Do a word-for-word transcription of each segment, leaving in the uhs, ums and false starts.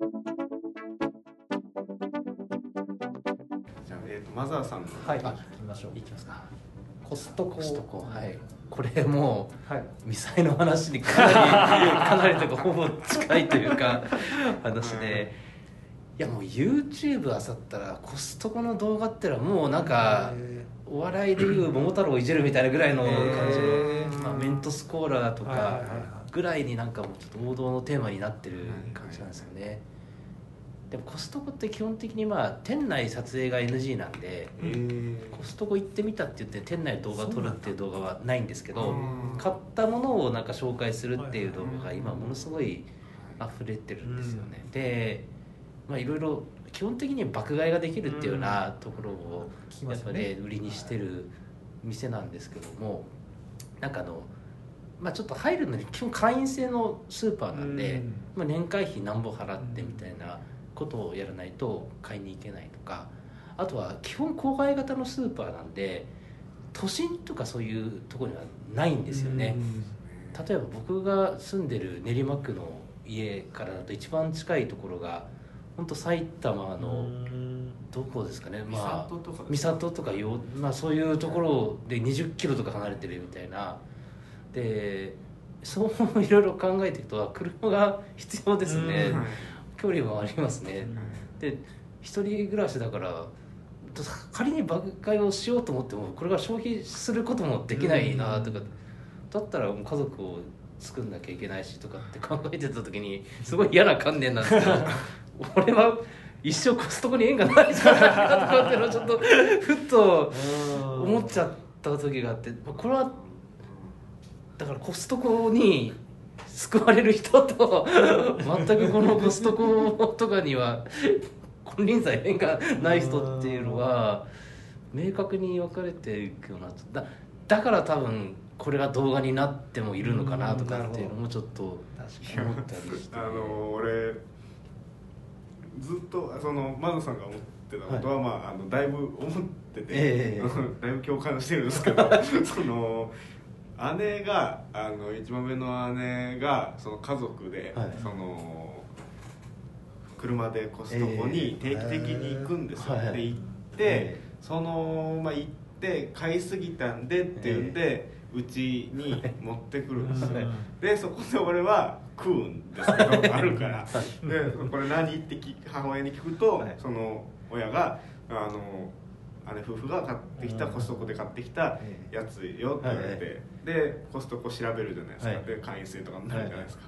じゃあ、えーと、マザーさんのはい行きましょう。 いきますか。 コストコ。 コストコ、はい。これもう、 はい、 ミサイの話にかなりかなりというかほぼ近いというか話で、いやもう YouTube あさったらコストコの動画ってのはもうなんかお笑いでいう桃太郎をいじるみたいなぐらいの感じの、まあ、メントスコーラとかぐらいになんかもうちょっと王道のテーマになってる感じなんですよね。でもコストコって基本的にまあ店内撮影が エヌジー なんで、コストコ行ってみたって言って店内動画撮るっていう動画はないんですけど、買ったものをなんか紹介するっていう動画が今ものすごい溢れてるんですよね。で、まあいろいろ基本的に爆買いができるっていうようなところをやっぱり売りにしてる店なんですけども、なんかあのまあちょっと入るのに基本会員制のスーパーなんで、まあ年会費何ぼ払ってみたいなことをやらないと買いに行けないとか、あとは基本郊外型のスーパーなんで都心とかそういうところにはないんですよね。例えば僕が住んでる練馬区の家からだと一番近いところが本当埼玉のどこですかね、まあ三郷とかよ、まあ、そういうところでにじゅっキロとか離れてるみたいな。でそういろいろ考えていくと車が必要ですね。距離もありますね。で一人暮らしだから仮に爆買いをしようと思ってもこれが消費することもできないなとか、だったらもう家族を作んなきゃいけないしとかって考えてた時にすごい嫌な観念なんですけど俺は一生コストコに縁がないじゃないかとかっていうのをちょっとふっと思っちゃった時があって、これはだからコストコに救われる人と全くこのコストコとかには金輪際縁がない人っていうのは明確に分かれていくような、だだから多分これが動画になってもいるのかなとかっていうのもちょっと思ったりして、 あの俺ずっとそのマゾさんが思ってたことは、はい、まあ、あのだいぶ思ってて、えー、だいぶ共感してるんですけどその姉があの一番上の姉がその家族で、はい、その車でコストコに定期的に行くんですよ、えー、で行って、えー、そのまあ行って買いすぎたんでっていうんで、えー、うちに持ってくるんですよ、はい、でそこで俺は食うんですけどあるからでこれ何って母親に聞くと、はい、その親があの姉夫婦が買ってきたコストコで買ってきたやつよって言われて、はい、でコストコ調べるじゃないですか、はい、で会員制とかになるじゃないですか、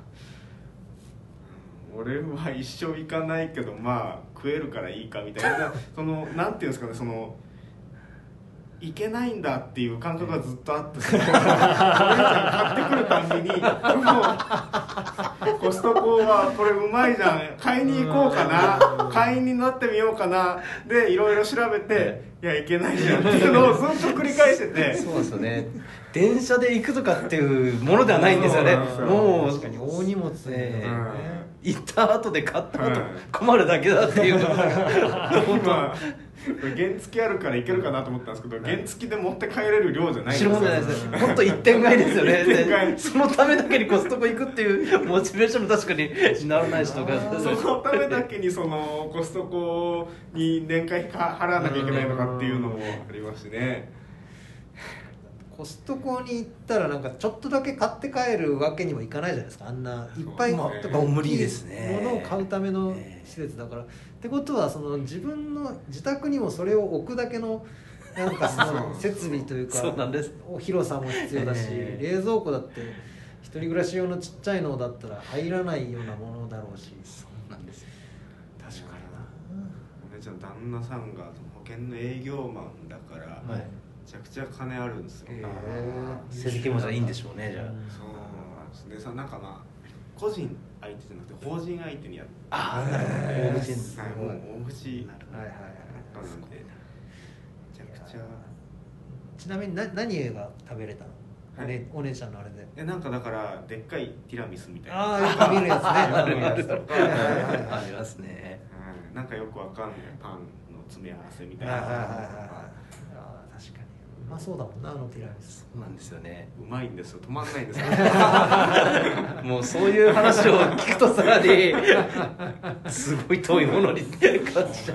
はい、俺は一生行かないけどまあ食えるからいいかみたいなそのなんていうんですかね、そのいけないんだっていう感覚がずっとあってそのお姉ちゃん買ってくるたんびにもうコストコはこれうまいじゃん、買いに行こうかな、会員になってみようかなでいろいろ調べて、いやいけないじゃんっていうのをずっと繰り返しててそうですよね、電車で行くとかっていうものではないんですよね。もう確かに大荷物ね、うん、 行った後で買った後困るだけだっていうのが本当は原付あるからいけるかなと思ったんですけど、原付で持って帰れる量じゃないんですよ。 本当一点買いですよね。そのためだけにコストコ行くっていうモチベーションも確かにならない人がそのためだけにそのコストコに年会費払わなきゃいけないのかっていうのもありますしね。 コストコに行ったらなんかちょっとだけ買って帰るわけにもいかないじゃないですか。あんないっぱい、 まあ、とか無理ですね。 物を買うための施設だから、ってことはその自分の自宅にもそれを置くだけのなんかその設備というかそうなんです。 広さも必要だし、えー、冷蔵庫だって一人暮らし用のちっちゃいのだったら入らないようなものだろうし。 そうなんですよ。 確かにな。お姉ちゃん旦那さんが保険の営業マンだから、はい、めちゃくちゃ金あるんですよ。 えー、成績もじゃあいいんでしょうね。じゃあ。 そうなんですね。さなんかまあ個人相手じゃなくて法人相手にやって、 ああ、なるほど。大口ですね。もう大口はいはいはい。 なんでめちゃくちゃ。 ちなみにな何が食べれたの？はい、お姉ちゃんのあれで。 えなんかだからでっかいティラミスみたいな。 ああよく見るやつね。 あるやつとか。ありますね。 なんかよくわかんないパンの詰め合わせみたいな。 はいはいはいはい。ああ確かに。 まそうだもんなあのティラミス。 そうなんですよね。 うまいんですよ、止まんないんですよもうそういう話を聞くとさらにすごい遠いものに感じちゃいます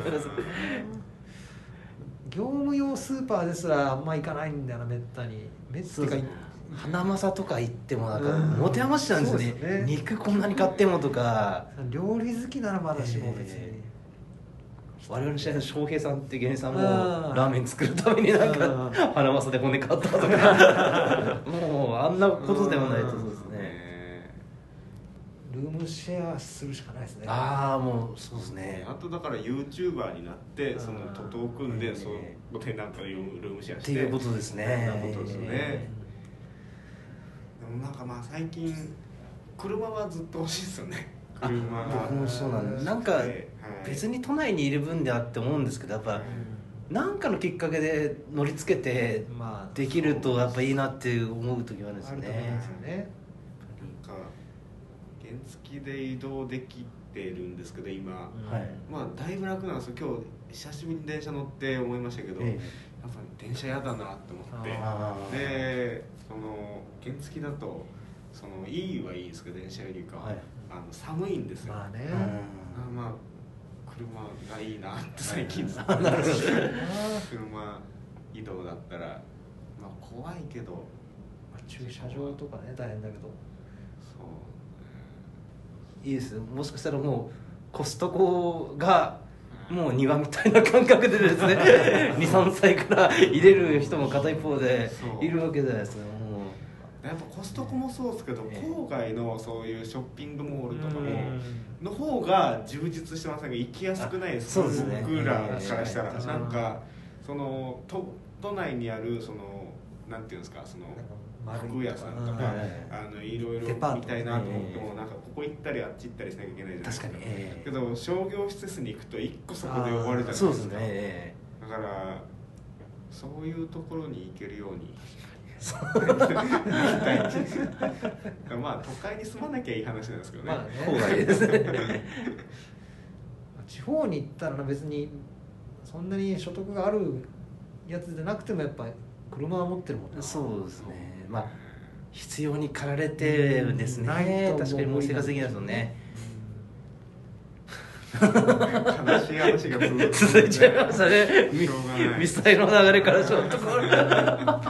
業務用スーパーですらあんま行かないんだよな、めったに。めったにか花正とか行ってもなんか持て余しちゃうんですよ ね, そうですよね。 肉こんなに買ってもとか。 料理好きならまだしも別に、 えー我々の試合の翔平さんって芸人さんもあーラーメン作るためになんかあ花正で骨買ったとかもうあんなことでもないと。そうですね。 ねルームシェアするしかないですね。 ああもうそうですね。 あとだから YouTuber になってそのあー徒党を組んでえーそのでなんかルームシェアしてっていうことですね。 そんなことですね。でもなんかまあ最近車はずっと欲しいですよね。車が僕もそうなんで、なんか別に都内にいる分であって思うんですけど、やっぱ何かのきっかけで乗りつけてまあできるとやっぱいいなって思う時はあるんですよあると思いねますよね。 なんか原付で移動できてるんですけど今、 はいまあだいぶ楽なんですよ。今日久しぶりに電車乗って思いましたけど、 ええやっぱり電車嫌だなって思ってあーでその原付だとそのいいはいいんですけど電車よりかは、 はいあの寒いんですよ。 まあね、 うんあまあ車がいいなって最近ずっとなるほど車移動だったらまあ怖いけどまあ駐車場とかね大変だけど、 そういいです。もしかしたらもうコストコがもう庭みたいな感覚でですねにさんさいから入れる人も片一方でいるわけじゃないですか。もやっぱコストコもそうですけど、 ええ郊外のそういうショッピングモールとかもうんの方が充実してませんが行きやすくないですか。 そうですね僕らからしたら、 ええなんかその都都内にあるそのなんていうんですかそのなんか丸い服屋さんとうんか、 はいあのいろいろデパート見たいなと思っても、 ええなんかここ行ったりあっち行ったりしなきゃいけないじゃないですか。 確かに、えけど商業施設に行くと一個そこで終わるじゃないですか。 そうですね、えだからそういうところに行けるようにそまあ都会に住まなきゃいい話なんですけどね。 まあね郊外ですね地方に行ったら別にそんなに所得があるやつじゃなくてもやっぱ車は持ってるもんね。 そうですね。まあ必要に駆られてですね。 ないと思う確かにもう生活できないですよね。 悲しい話が続続いちゃいましたね。 しょうがないミサイの流れからちょっとこれ確か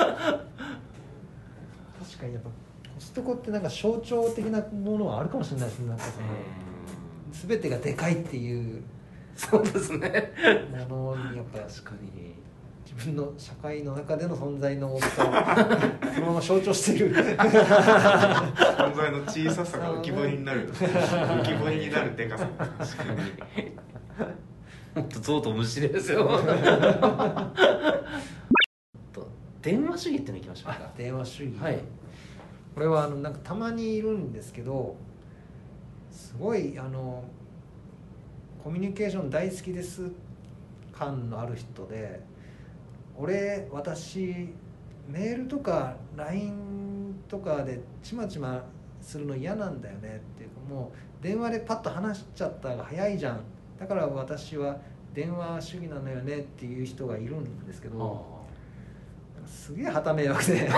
にやっぱコストコってなんか象徴的なものはあるかもしれないですね。なんかその全てがでかいっていうそうですね。 ものにやっぱ確かに。 自分の社会の中での存在の大きさをそのまま象徴している存在の小ささが浮き彫りになる浮き彫りになるでかさ。 確かに。もっと象と虫ですよ。と電話主義ってのいきましょうか。 電話主義、 はい。 これはあのなんかたまにいるんですけど、すごいあのコミュニケーション大好きです感のある人で、俺私メールとか ライン とかでちまちまするの嫌なんだよねっていうか、もう電話でパッと話しちゃった方が早いじゃん、だから私は電話主義なのよねっていう人がいるんですけど、すげえ旗迷惑で違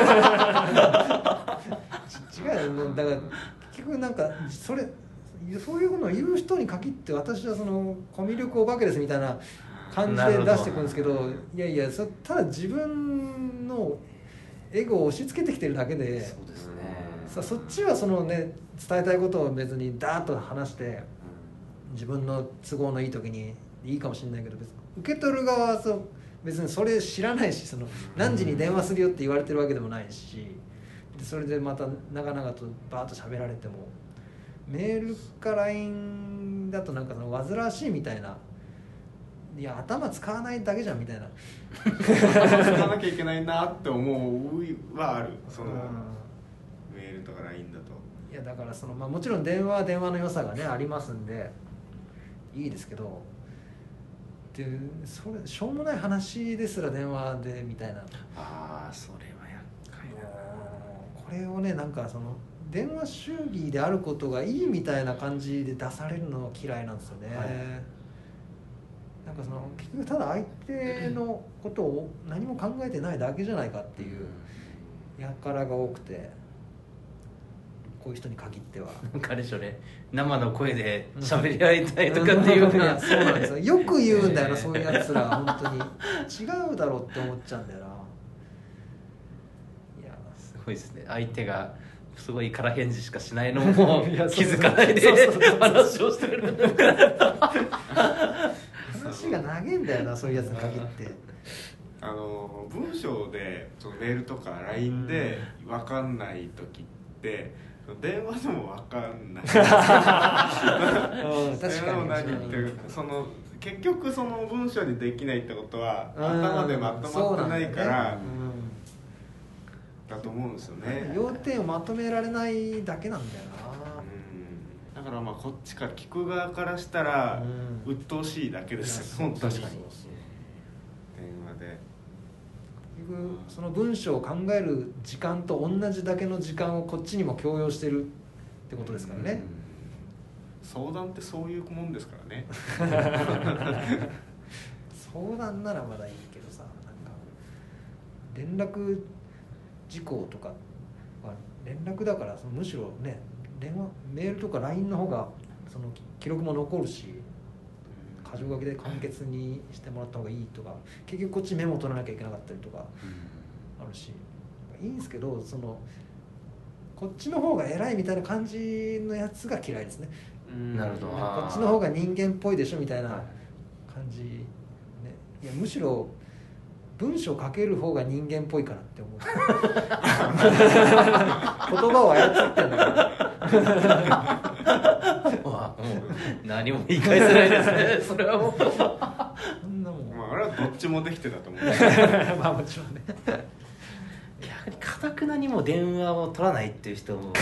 うよ、だから結局なんかそれそういうのを言う人に限って私はそのコミュ力お化けですみたいな感じで出していくんですけど、いやいやそただ自分のエゴを押し付けてきてるだけで、 そうですね。 さそっちはそのね伝えたいことを別にダーッと話して自分の都合のいい時にいいかもしれないけど、別に受け取る側はそう別にそれ知らないし、その何時に電話するよって言われてるわけでもないし、でそれでまた長々とバーッと喋られても、メールか ライン だとなんかその煩わしいみたいな、いや頭使わないだけじゃんみたいな使わなきゃいけないなって思うはある。そのメールとか ライン だと。 いやだからその、まあ、もちろん電話は電話の良さがねありますんでいいですけど、でそれしょうもない話ですら電話でみたいな、 ああ、それは厄介だな。 これをねなんかその電話主義であることがいいみたいな感じで出されるのは嫌いなんですよね、 はいなんかその結局ただ相手のことを何も考えてないだけじゃないかっていう輩が多くて、こういう人に限ってはなんかあれでしょうね、生の声で喋り合いたいとかっていうかそうなんですよ、よく言うんだよな、そういうやつら本当に違うだろうって思っちゃうんだよな。いやすごいですね、相手がすごい空返事しかしないのも気づかないで話をしてる話が長いんだよな、そういうやつに限って。 あの文章でそのメールとか ライン で分かんない時って電話でも分かんない確かに何言ってる、その結局その文章にできないってことは頭でまとまってないからだと思うんですよね。 要点をまとめられないだけなんだよな。 だからまあこっちから聞く側からしたら鬱陶しいだけですよ、本当に。電話で結局その文章を考える時間と同じだけの時間をこっちにも強要してるってことですからね。 相談ってそういうもんですからね相談ならまだいいけどさ、なんか連絡事項とかは連絡だから、そのむしろね、電話メールとか ライン の方がその記録も残るし、箇条書きで簡潔にしてもらった方がいいとか、結局こっちメモ取らなきゃいけなかったりとかあるし、いいんですけど、そのこっちの方が偉いみたいな感じのやつが嫌いですね。 なるほど。 こっちの方が人間っぽいでしょみたいな感じ、ね、いやむしろ文章書ける方が人間っぽいかなって思う言葉を操ってんだからもう何も言い返せないですねそれはもうそんなもん、 まあ、あれはどっちもできてたと思うまあもちろんね逆にかたくなにも電話を取らないっていう人も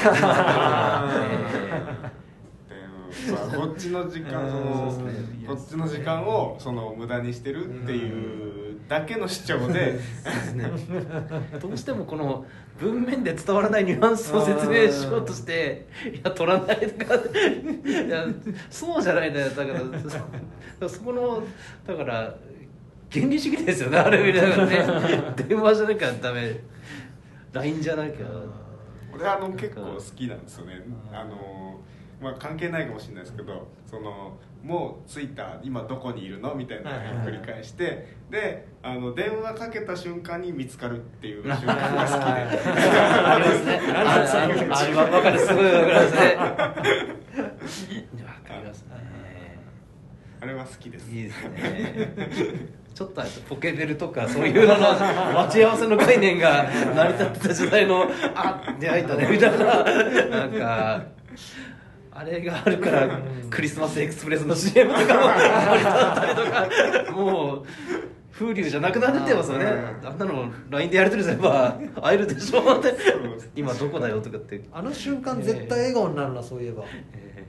まあ、こっちの時間そのこっちの時間をその無駄にしてるっていうだけの主張でどうしてもこの文面で伝わらないニュアンスを説明しようとしていや取らないとかいやそうじゃないんだよ、だからそこのだから原理主義ですよね、ある意味だからね電話じゃなきゃダメ、 ライン じゃなきゃ。 俺あの結構好きなんですよね。あのまあ、関係ないかもしれないですけど、そのもう着いた今どこにいるのみたいなのを繰り返して、であの電話かけた瞬間に見つかるっていう瞬間が好きでありますね、あれ分かる、すごい分かりますね分かりますね、 あれは好きです。 いいですねちょっとポケベルとかそういうのの待ち合わせの概念が成り立ってた時代のあ出会えたねみたいな、なんかあれがあるからクリスマスエクスプレスの シーエム とかも成り立ったりとか、もう風流じゃなくなってますよね。あんなの ライン でやり取りすれば会えるでしょって今どこだよとかって、 あの瞬間絶対笑顔になるな、そういえば、 え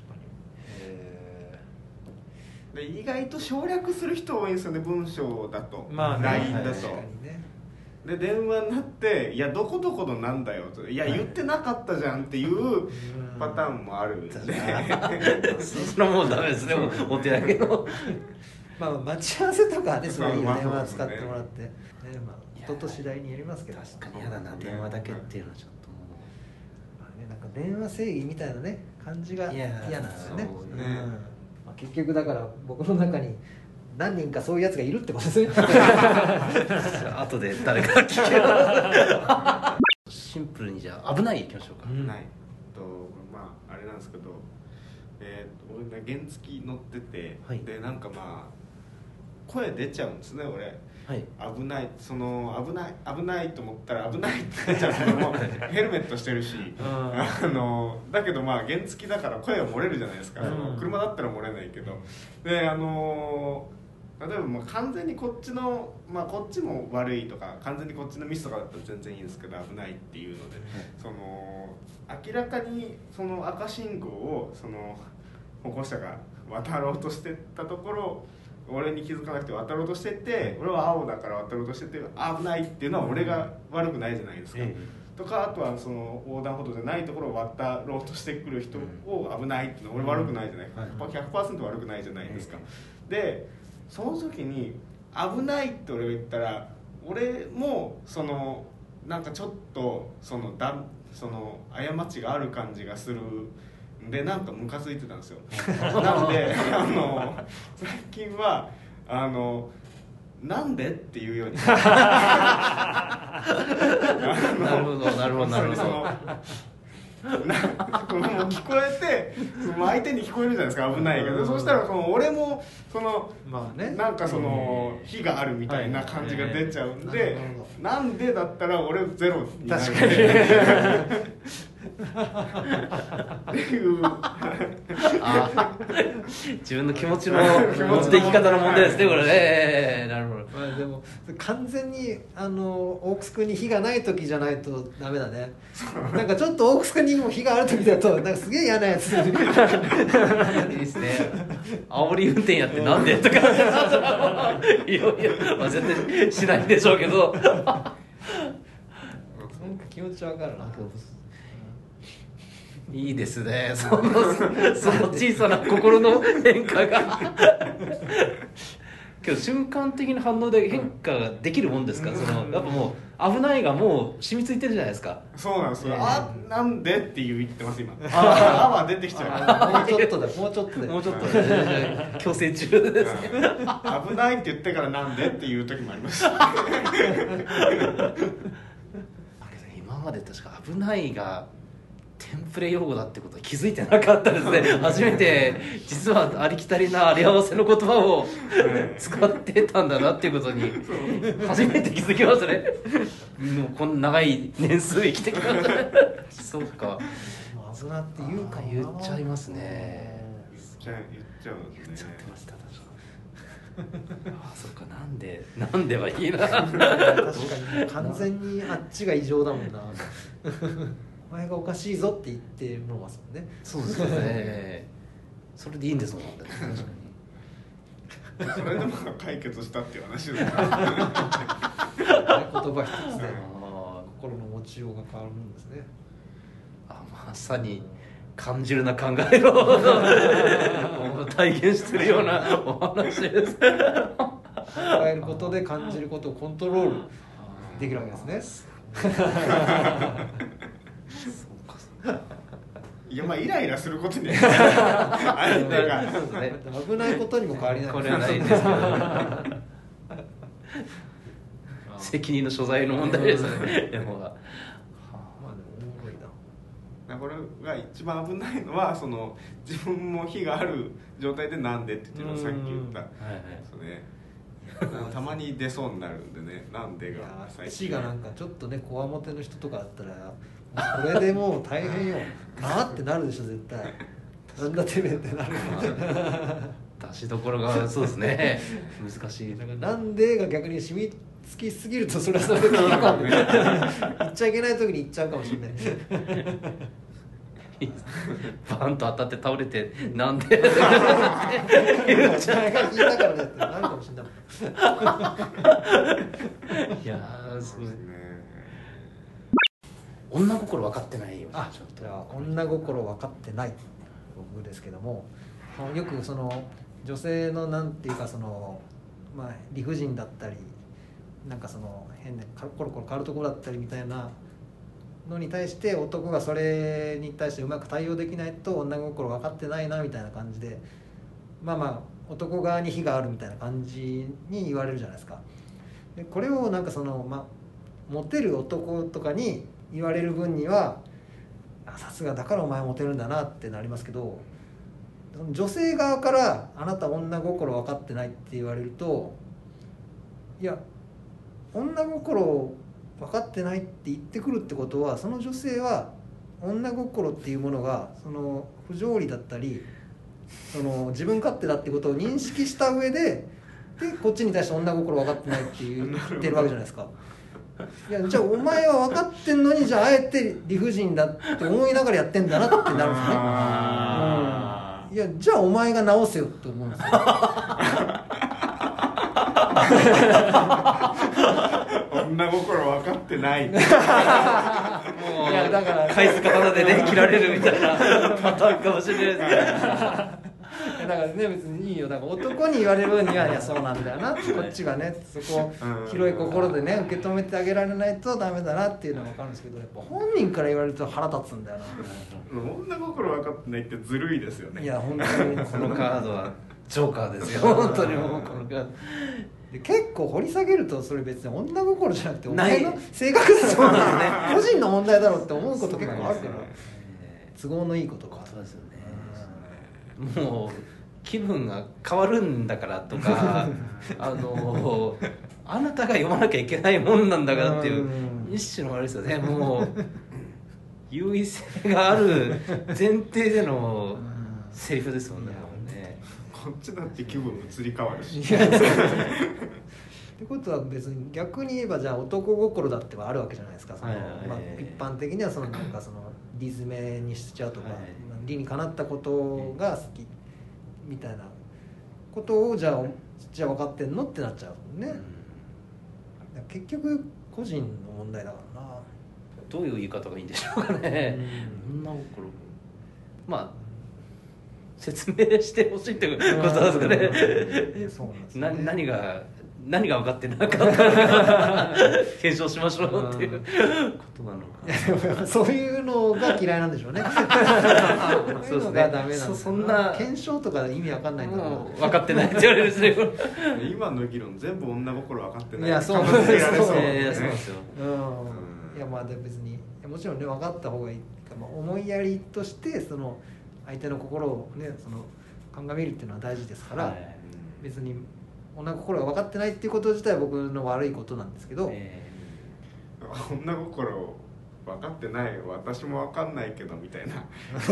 で意外と省略する人多いんですよね、文章だと、 まあね、 ライン だと、 確かにね。で電話になって「いやどこどこのなんだよ」と「いや言ってなかったじゃん」っていうパターンもあるんでそれはもうダメですね、お手上げのまあ待ち合わせとかはね、そういうまあ電話使ってもらって、ね、まあ人と次第にやりますけど、 確かに嫌だな、電話だけっていうのはちょっともう、 まあね、なんか電話正義みたいなね感じが嫌なんですよね。 そうね、 うん、まあ、結局だから僕の中に何人かそういうやつがいるってことですね後で誰か聞けシンプルにじゃあ危ないいきましょうか。 危ないと、まああれなんですけど、えー、と俺原付乗ってて、 はい、 でなんかまあ声出ちゃうんですね俺、 はい、 危ないその危ない危ないと思ったら危ないって出ちゃうんですけどもヘルメットしてるしあのだけどまあ原付だから声は漏れるじゃないですか、その車だったら漏れないけど、であの例えばもう完全にこっちの、まあ、こっちも悪いとか完全にこっちのミスとかだったら全然いいんですけど、危ないっていうので、はい、その明らかにその赤信号をその歩行者が渡ろうとしてたところ、俺に気づかなくて渡ろうとしてて、俺は青だから渡ろうとしてて危ないっていうのは俺が悪くないじゃないですか、うん、とかあとはその横断歩道じゃないところを渡ろうとしてくる人を危ないっていうのは俺悪くないじゃない、うん、ひゃくパーセント 悪くないじゃないですか、うん、でその時に危ないって俺が言ったら俺もそのなんかちょっとそのだその過ちがある感じがするんでなんかムカついてたんですよなんであの最近はあのなんでっていうようになるほどなるほどなるほどなもう聞こえてその相手に聞こえるじゃないですか危ないけど、そうしたらその俺もその、まあね、なんかその火があるみたいな感じが出ちゃうんで、なんでだったら俺ゼロになる確かにっていうあ自分の気持ちの持っていき方の問題ですねこれね、えー、なるほど、 まあ、でも完全にあの大楠君に火がない時じゃないとダメだねなんかちょっと大楠君にも火がある時だとなんかすげえ嫌なやついいですね煽り運転やってなんでとかいやいや、まあ、絶対しないんでしょうけどなんか気持ちわかるな。 いいですねそのその小さな心の変化がけど瞬間的な反応で変化ができるもんですか、そのやっぱもう危ないがもう染みついてるじゃないですか。 そうなんですよ、えー、あなんでっていう言ってます今ああは出てきちゃうもうちょっとでもうちょっとでもうちょっとで強制中ですね危ないって言ってからなんでっていう時もあります今まで確か危ないがテンプレ用語だってことは気づいてなかったですね初めて実はありきたりなあり合わせの言葉を使ってたんだなっていうことに初めて気づきましたねもうこんな長い年数生きてきましたねそうか危なって言うか言っちゃいますね言っちゃ言っちゃうんですね言っちゃってました確かあそっかなんでなんではいいな確かに完全にあっちが異常だもんなお前がおかしいぞって言ってますもんね。 そうですよねそれでいいんですもんね確かにそれでも解決したっていう話ですね言葉一つで心の持ちようが変わるんですね。 あまさに感じるな考えろ体現してるようなお話です考えることで感じることをコントロールできるわけですねいやまあイライラすることに相手が危ないことにも変わりないこれはないですけど責任の所在の問題ですねでもまあでもおもろいな。 これが一番危ないのはその自分も火がある状態でなんでって言ってるのさっき言ったですねたまに出そうになるんでねなんでが最近がなんかちょっとねこわもての人とかだったらこれでもう大変よなってなるでしょ絶対なんだてめえってなる出しどころがそうですね難しいだからなんでが逆に染みつきすぎるとそれはそれで嫌かも言っちゃいけない時に言っちゃうかもしれないバンと当たって倒れてなんでお前が聞いたからねってなるかもしれないいやーそうですね女心分かってないよあちょっとじゃあ女心分かってない僕ですけどもよくその女性のなんていうかそのまあ理不尽だったりなんかその変なコロコロ変わるところだったりみたいなのに対して男がそれに対してうまく対応できないと女心分かってないなみたいな感じでまあまあ男側に非があるみたいな感じに言われるじゃないですか。でこれをなんかそのまあモテる男とかに言われる分にはさすがだからお前モテるんだなってなりますけど女性側からあなた女心分かってないって言われるといや女心分かってないって言ってくるってことはその女性は女心っていうものがその不条理だったりその自分勝手だってことを認識した上ででこっちに対して女心分かってないって言ってるわけじゃないですか。いやじゃあお前は分かってんのにじゃああえて理不尽だって思いながらやってんだなってなるんですね、うん、いやじゃあお前が直せよって思うんですよ女心分かってないもういやだから返す刀でね切られるみたいなパターンかもしれないですけどだからね別にいいよ、だから男に言われる分にはいやそうなんだよなこっちがねそこを広い心でね受け止めてあげられないとダメだなっていうのは分かるんですけど、やっぱ本人から言われると腹立つんだよな。 女心分かってないってずるいですよね。 いや本当にこのカードはジョーカーですよ本当にもうこのカードで結構掘り下げるとそれ別に女心じゃなくておない前の性格だろうね個人の問題だろうって思うこと結構あるから、都合のいいことがそうですよね。もう気分が変わるんだからとかあのあなたが読まなきゃいけないもんなんだからっていう一種のあれですよね。もう優位性がある前提でのセリフですもんね。 こっちだって気分移り変わるし。 ってことは別に逆に言えばじゃあ男心だってはあるわけじゃないですか。その、 はいはいはいまあ、一般的にはそのなんかそのリズメにしちゃうとか、 はい理にかなったことが好きみたいなことをじゃあじゃあ分かってんのってなっちゃうね、うん、結局個人の問題だからな。 どういう言い方がいいんでしょうかね。女心、まあ説明してほしいってことなんですかね。 そうなんですね。 な何が何が分かってなかったのか検証しましょうっていうことなのか。 いやでもそういうのが嫌いなんでしょうね。そういうのがダメなんです。 そんな検証とか意味わかんないんだから分かってないって言われるんですね。 今の議論全部女心分かってない。 いやそうなんですよ。 そうですよ。 うん。いやまあで別にもちろんね分かった方がいいか、まあ、思いやりとしてその相手の心をねその鑑みるっていうのは大事ですから、はい、別に女心が分かってないっていうこと自体は僕の悪いことなんですけど、えー、女心分かってない私も分かんないけどみたいな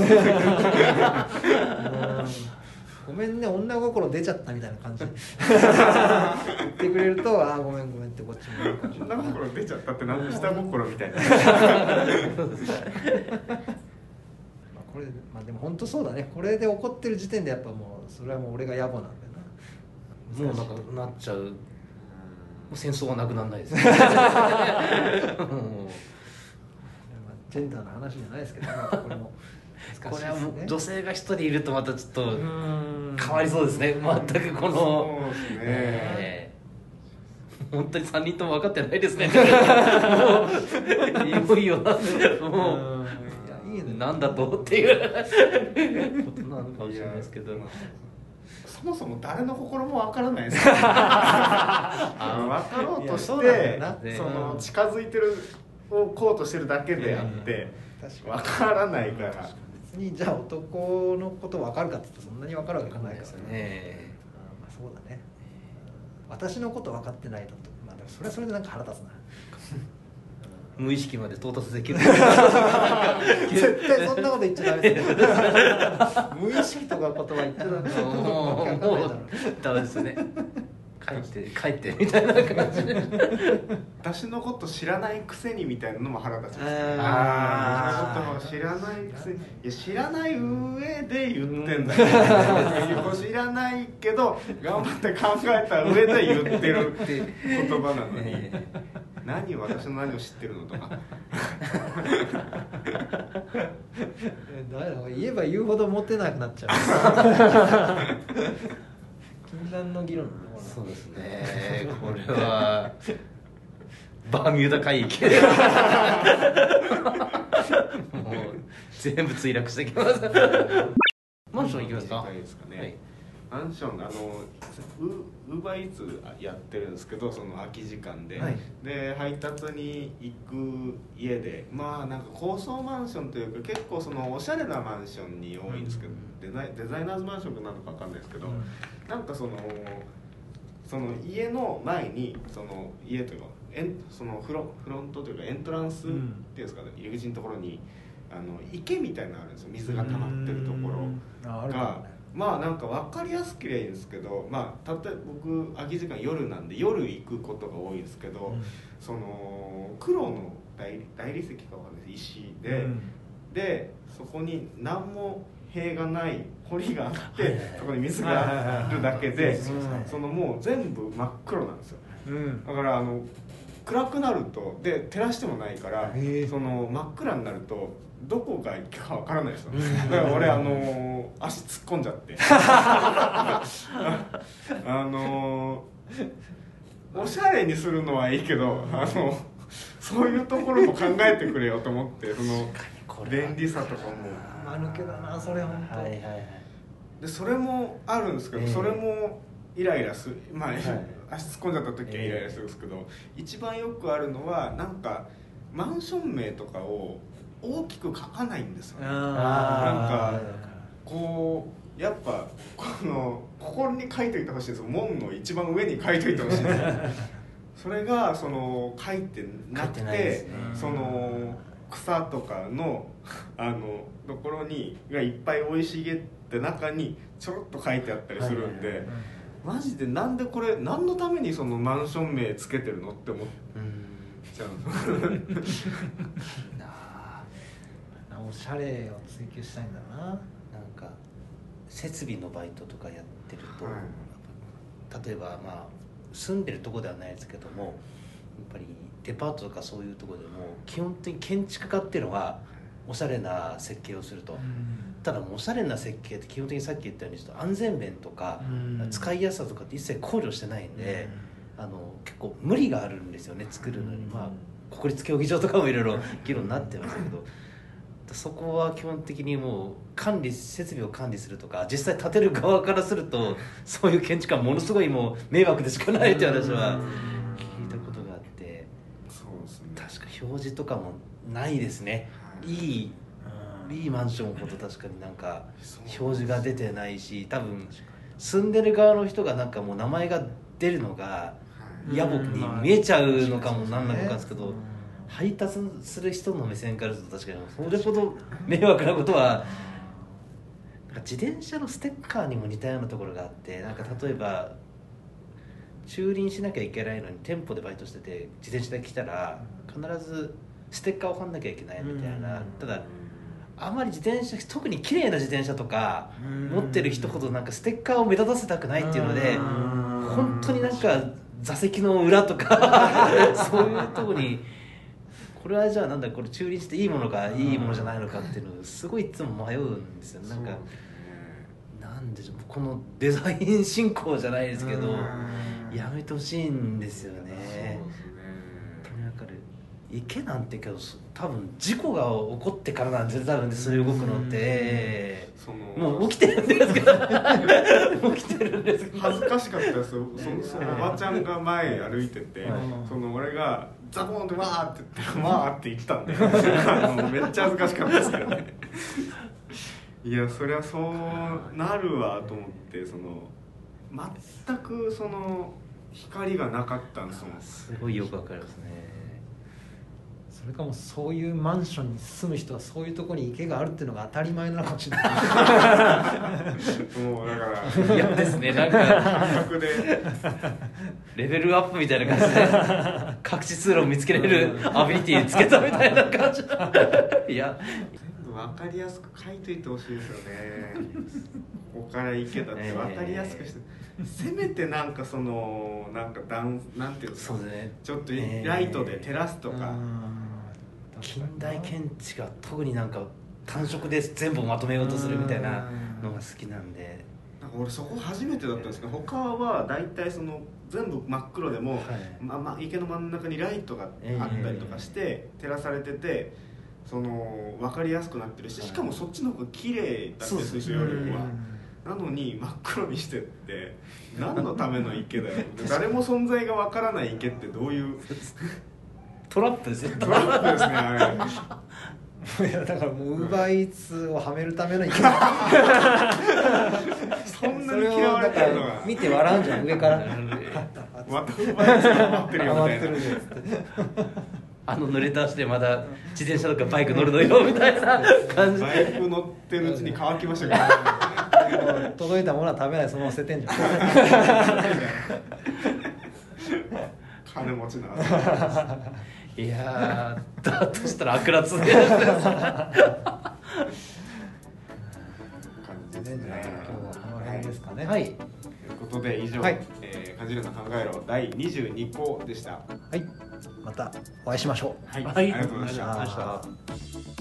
ごめんね女心出ちゃったみたいな感じで言ってくれるとあごめんごめんってこっちもいいかもしれない。 女心出ちゃったってなんで下心みたいなこれまあでも本当そうだね。これで怒ってる時点でやっぱもうそれはもう俺が野暮なんだよな。 もうなんかなっちゃう。もう戦争はなくならないですね。 ジェンダーの話じゃないですけど、ね、これもこれはもう女性が一人いるとまたちょっと変わりそうですね。全くこのそうですね、 えー、本当にさんにんとも分かってないですね。もういよいよなもういいねなんだとっていうことなのかもしれないですけど。 そもそも誰の心も分からないですから分かろうとしてその近づいてるをこうとしてるだけであって分からないから。 別にじゃあ男のこと分かるかって言ったらそんなに分かるわけじゃないからね。 まあそうだね。私のこと分かってないだと、まあでもそれはそれでなんか腹立つな。 無意識まで到達できる。 絶対そんなこと言っちゃダメですよ。無意識とか言葉言っちゃダメ。 もうダメですね。帰って帰ってみたいな感じで。 私のこと知らないくせにみたいなのも腹立ちますね。 あああ、知らないくせに、いや知らない上で言ってんだよ。知らないけど頑張って考えた上で言ってる言葉なのに。何私の何を知ってるのとか言えば言うほどモテなくなっちゃう。禁断の議論。 そうですね。これはバーミューダ海域もう全部墜落してきます。マンション行きますか。 ですかね、はい、マンションあのウーバーイーツやってるんですけど、その空き時間で、はい、で配達に行く家でまあなんか高層マンションというか結構そのおしゃれなマンションに多いんですけど、うん、デザイデザイナーズマンションなのか分かんないですけど、うん、なんかそのその家の前にその家というかエンそのフロフロントというかエントランスっていうんですかね、入り口のところにあの池みたいなのあるんですよ。水が溜まってるところが。ああるかもね。まあなんか分かりやすければいいんですけど、まあ、たとえ僕空き時間夜なんで夜行くことが多いんですけど、うん、その黒の大大理石かわかんない石で、うん、でそこに何も塀がない堀があって、はいはいはい、そこに水があるだけで、そのもう全部真っ黒なんですよ、うん、だからあの暗くなるとで照らしてもないからその真っ暗になるとどこが行くかわからないですよ、だから俺あのー、足突っ込んじゃってあのー、おしゃれにするのはいいけどあのそういうところも考えてくれよと思ってその便利さとかも間抜けだなそれ本当、はいはいはい、 でそれもあるんですけど、えー、それもイライラする、まあ、はい、足突っ込んじゃった時はイライラするんですけど、えー、一番よくあるのはなんかマンション名とかを大きく書かないんですよね。なんかこうやっぱこのここに書いておいてほしいです。門の一番上に書いておいてほしいですそれがその書いてなくて、ね、その草とかのあのところにがいっぱい生い茂って中にちょろっと書いてあったりするんで、はいはいはい、マジでなんでこれ何のためにそのマンション名つけてるのって思っちゃうおしゃれを追求したいんだな。なんか設備のバイトとかやってると、はい、例えばまあ住んでるとこではないですけどもやっぱりデパートとかそういうところでも基本的に建築家っていうのはおしゃれな設計をすると、うん、ただおしゃれな設計って基本的にさっき言ったようにちょっと安全面とか、うん、使いやすさとかって一切考慮してないんで、うん、あの結構無理があるんですよね作るのに、うん、まあ国立競技場とかもいろいろ議論になってますけどそこは基本的にもう管理設備を管理するとか実際建てる側からするとそういう建築家ものすごいもう迷惑でしかないっていう話は聞いたことがあって、 そうですね、 確か表示とかもないですね、はい、いいいいマンションほど確かになんか表示が出てないし多分住んでる側の人がなんかもう名前が出るのが野暮に見えちゃうのかもなんなのかですけど、配達する人の目線からすると確かにそれほど迷惑なことはなんか自転車のステッカーにも似たようなところがあってなんか例えば駐輪しなきゃいけないのに店舗でバイトしてて自転車で来たら必ずステッカーを貼んなきゃいけないみたいな、ただあんまり自転車特に綺麗な自転車とか持ってる人ほどなんかステッカーを目立たせたくないっていうので本当になんか座席の裏とかそういうとこにこれはじゃあなんだこれ駐輪していいものかいいものじゃないのかっていうのをすごいいつも迷うんですよ。なんかなんでしょうこのデザイン進行じゃないですけどやめてほしいんですよね。そうですね。とにかく池なんてけど多分事故が起こってからなんですよ多分そういう動くのってそのもう起きてるんですけど起きてるんですけど恥ずかしかったですよ。そのそのおばちゃんが前歩いてて、はい、その俺がザボンってわーって言ってわーって言ってたんであのめっちゃ恥ずかしかったですけどねいやそりゃそうなるわと思ってその全くその光がなかったんですもん。 すごいよくわかりますね。 それかもそういうマンションに住む人はそういうところに池があるっていうのが当たり前なのかもしれないもうだから嫌ですねなんかでレベルアップみたいな感じで隠し通路を見つけられるアビリティつけたみたいな感じいや全部分かりやすく書いといてほしいですよねここから池だって分かりやすくして、えー、せめてなんかそのなんかダンなんていうんですか、ね、ちょっとライトで照らすとか、えー近代建築は特になんか単色で全部まとめようとするみたいなのが好きなんでなんか俺そこ初めてだったんですけど他は大体その全部真っ黒でも、はいまま、池の真ん中にライトがあったりとかして照らされててその分かりやすくなってるししかもそっちの方が綺麗だったりするよりはなのに真っ黒にしてって何のための池だよ誰も存在が分からない池ってどういうトラップですよトラップですねあれいやだからもうウーバーイーツをはめるための池そんなに嫌われてるのが見て笑うんじゃん上からまたウーバーイーツが回ってるよみたいなあの濡れた足でまだ自転車とかバイク乗るのよみたいな感じバイク乗ってるうちに乾きましたからね届いたものは食べないそのまま捨ててんじゃん金持ちな。 いやーだとしたら悪辣で感じですね。 今日はこの辺ですかね。 はい。 ということで以上、はいえー、感じるの考えろだいにじゅうにこでした。 はい。 またお会いしましょう。 はい、 はいありがとうございました。 ありがとうございました。